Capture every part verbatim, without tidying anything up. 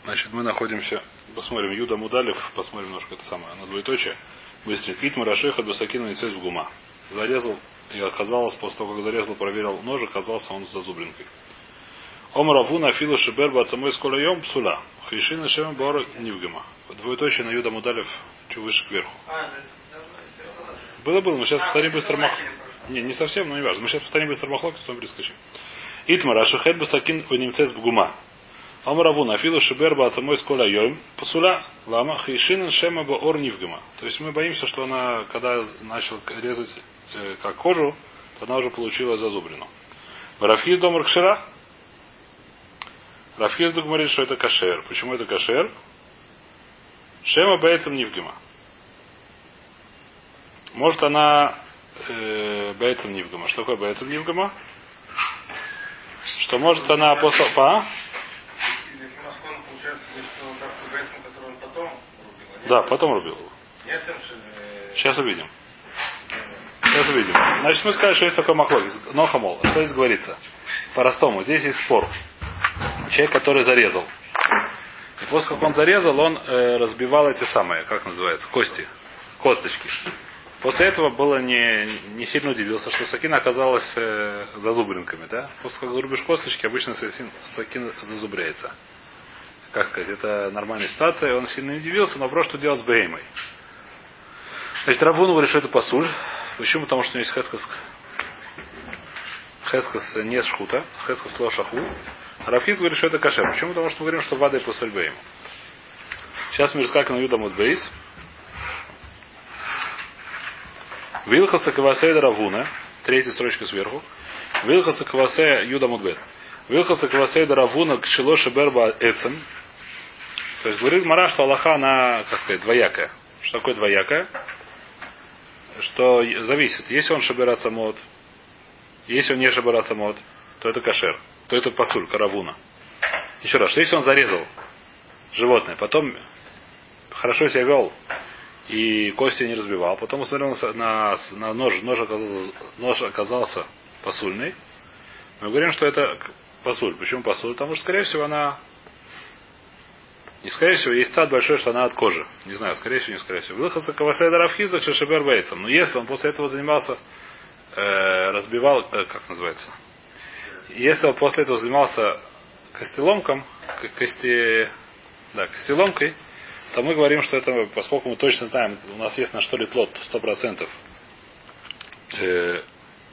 Значит, мы находимся, посмотрим, Юда Мудалев, посмотрим немножко это самое, на двоеточие. Быстренько. Итма Рашеха Дусакина Ницец в Гума. Зарезал, и оказалось, после того, как зарезал, проверил нож, оказался он с зазубринкой. Ом Равуна Афилу Шиберба Ацамой Сколяем Псула. Хришина Шема Бора Нивгема. Двоеточие на Юда Мудалев чуть выше кверху. Было-было, мы сейчас повторим быстро мах. Не, не совсем, но не важно. Мы сейчас повторим быстро махлок, потом перескочим. Итма Рашехет Бусакин Ницец в Гума. Амаравун Афилу Шиберба Ацамой Сколя Йойм Пасула Лама Хейшинен Шема Боор Нивгема. То есть мы боимся, что она, когда начал резать э, как кожу, то она уже получила зазубрину. Рафхиз Домар Кшира. Рафхиз говорит, что это кашер. Почему это кашер? Шема Бейцем Нивгема. Может она э, Бейцем Нивгема. Что такое Бейцем Нивгема? Что может она после... Па? Да, потом рубил его. Сейчас увидим. Сейчас увидим. Значит, мы сказали, что есть такой махлок. Нохамол. Что здесь говорится? По-простому. Здесь есть спор. Человек, который зарезал. И после как он зарезал, он э, разбивал эти самые, как называется, кости. Косточки. После этого было не, не сильно удивился, что сакина оказалась э, зазубринками. Да? После как рубишь косточки, обычно сакин зазубряется. Как сказать, это нормальная ситуация. Он сильно не удивился, но вопрос, что делать с беймой. Значит, Равун говорит, что это пасуль. Почему? Потому что у него есть хескас. Хескас не шхута. Хескас ло шаху. Рафиз говорит, что это кашер. Почему? Потому что мы говорим, что вада и пасуль бейм. Сейчас мы раскакаем на Юдамут Бейс. Вилхаса кавасе Равуна. Третья строчка сверху. Вилхаса кавасе Юдамут Бейс. Вилхаса кавасе Равуна к шилоши берба эцем. То есть говорит Мара, что Аллаха, она, как сказать, двоякая. Что такое двоякая? Что зависит. Если он шабират самот, если он не шабират самот, то это кашер. То это пасуль, каравуна. Еще раз, что если он зарезал животное, потом хорошо себя вел и кости не разбивал, потом посмотрел на, на нож, нож оказался, нож оказался пасульный, мы говорим, что это пасуль. Почему пасуль? Потому что, скорее всего, она... Не скорее всего, есть цад большой, что она от кожи. Не знаю, скорее всего, не скорее всего. Выхаса кавасайда рафхиза шешебер бейцем. Но если он после этого занимался, э, разбивал, э, как называется, если он после этого занимался костеломком, кости, да, костеломкой, то мы говорим, что это, поскольку мы точно знаем, у нас есть на что ли плод сто процентов, э,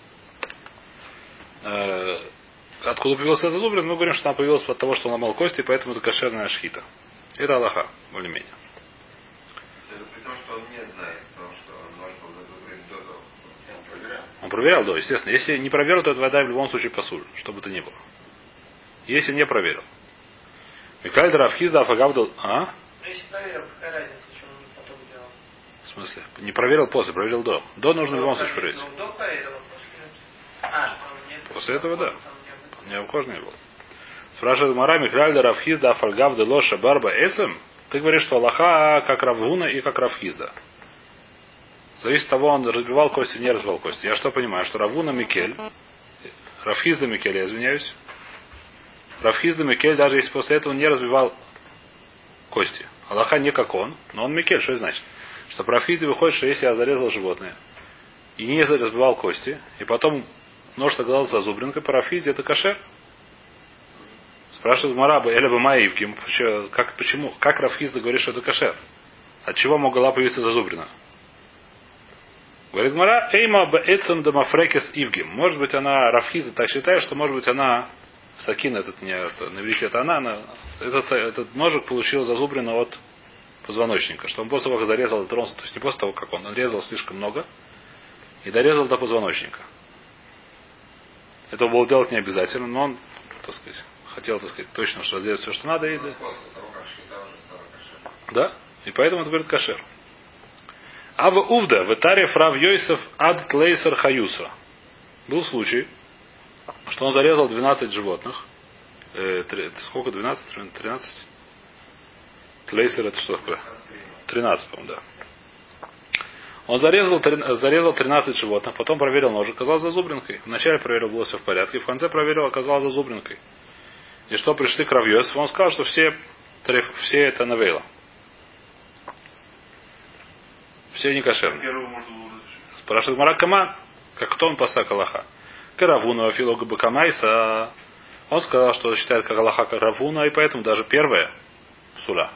э, откуда появилась эта зубрина, мы говорим, что она появилась от того, что он ломал кости, и поэтому это кошерная шхита. Это Аллаха, более-менее. Это при том, что он не знает, потому что он нож был зазубрен до того. Он проверял. Он проверял, да, естественно. Если не проверил, то это вода в любом случае пасуль, что бы то ни было. Если не проверил. Микаль Рафхизда Афагавдал. А? Если проверил, какая разница, что он потом делал? В смысле? Не проверил после, проверил до. До нужно в любом случае проверить. Ну, до проверил, а после... А, что он нет. После этого, да. У меня кожи не было. Спрашивает Мара, Михральда Рафхизда Афальгавда Лоша Барба Эцем. Ты говоришь, что Аллаха как Равгуна и как Рафхизда. Зависит от того, он разбивал кости, не разбивал кости. Я что понимаю, что Равуна Микель, Рафхизда Микель, я извиняюсь. Рафхизда Микель, даже если после этого не разбивал кости. Аллаха не как он, но он Микель, что это значит? Что про Рафхизда выходит, что если я зарезал животное и не разбивал кости, и потом нож оказался зазубринкой, по Рафхизде это кашер. Спрашивает Мараба, Эля бы Маивким, как, почему, как Рафхизда говорит, что это кашер? От чего могла появиться зазубрина? Говорит Мара, Эйма бэцем дамафрекес ивгим. Может быть, она, Рафхизда так считает, что может быть она, Сакин, этот не, это, на иврите это она, она этот, этот ножик получил зазубрину от позвоночника. Что он после того, как зарезал этот ронс, то есть не после того, как он, он резал слишком много и дорезал до позвоночника. Этого было делать не обязательно, но он, так сказать, хотел, так сказать, точно, что сделать все, что надо. И... Да? И поэтому это говорит кашер. Ава Увда, в Итаре Фрав Йосеф Ад Тлейсер Хаюса. Был случай, что он зарезал двенадцать животных. Э, три, сколько? двенадцать? тринадцать? Тлейсер это что такое? тринадцать, по-моему, да. Он зарезал, зарезал тринадцать животных, потом проверил нож, оказалось зазубринкой. Вначале проверил, было все в порядке, в конце проверил, оказалось зазубринкой. И что пришли к Рав Йосефу, он сказал, что все треф, все это навейла. Все не кошерные. Первую можно было разрешить. Спрашивает Мара Каман, как кто он пасак Аллаха. Каравуна Афилога Бакамайса. Он сказал, что считает как Аллаха Каравуна, и поэтому даже первая псула.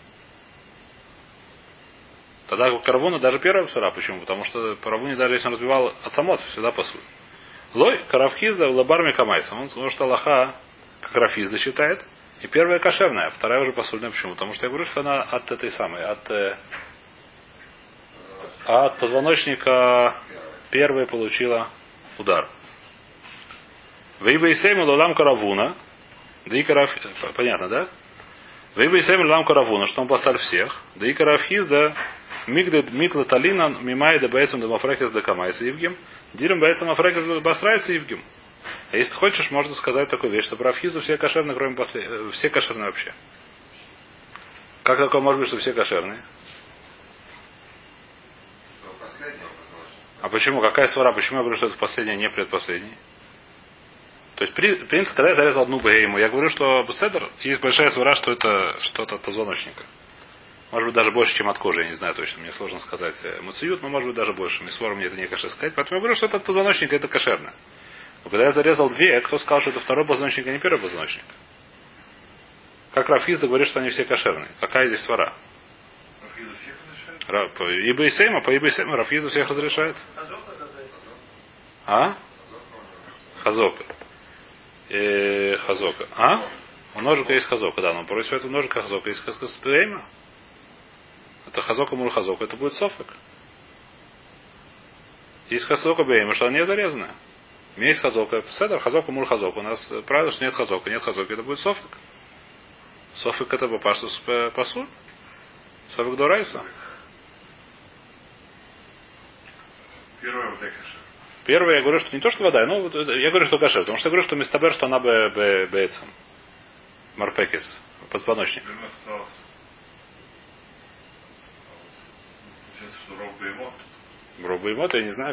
Тогда Каравуна даже первая псула. Почему? Потому что Каравуне даже если он разбивал от самот, всегда пасуль. Лой, Каравхизда, Лабарми Камайса. Он сказал, что Аллаха как Рафизда считает. И первая кошерная, а вторая уже посульная. Почему? Потому что я говорю, что она от этой самой, от, э, от позвоночника первая получила удар. Вейбейсейм лулам каравуна. Да и карав... Понятно, да? Вейбейсейм лулам каравуна, что он посаль всех. Да и Каравхизда мигдет митла талина мимай да бейцем дамафрекес да камайс евгим. Дирем бейцем афрекес басрайс евгим. А если хочешь, можно сказать такую вещь, что про Рафхизду все кошерные, кроме последнего. Все кошерные вообще. Как такое может быть, что все кошерные? А почему? Какая свара? Почему я говорю, что это последнее, не предпоследнее? То есть, при, принцип, когда я зарезал одну бейму, я говорю, что беседер, есть большая свара, что это что-то от позвоночника. Может быть, даже больше, чем от кожи, я не знаю точно, мне сложно сказать муциют, но может быть даже больше. Мисвор мне это не кошер сказать. Поэтому я говорю, что это от позвоночника, это кошерно. Но когда я зарезал две, кто сказал, что это второй позвоночник, а не первый позвоночник? Как Рафизда говорит, что они все кошерные. Какая здесь свара? Рафизда всех разрешает? По Ибейсейма, по Ибейсейма Рафизда всех разрешает. А? Хазока. Э, хазока. А? У ножика есть хазока, да, но против этого ножика хазока есть хазока. Это хазока муль хазока, это будет софик. Есть хазока бейма, что она не зарезанная. У меня есть хазока. Седер, хазока муль хазока. У нас правило, что нет хазока, нет хазока, это будет софик. Софик это по паштус пасуль. Софик до райса. Первая вода кашер. Первое, я говорю, что не то, что вода, но я говорю, что кашер. Потому что я говорю, что мистабер, что она бы бейцем. Марпекис. Позвоночник. Пример осталось. Получается, что ров беймот. Ров беймот, я не знаю.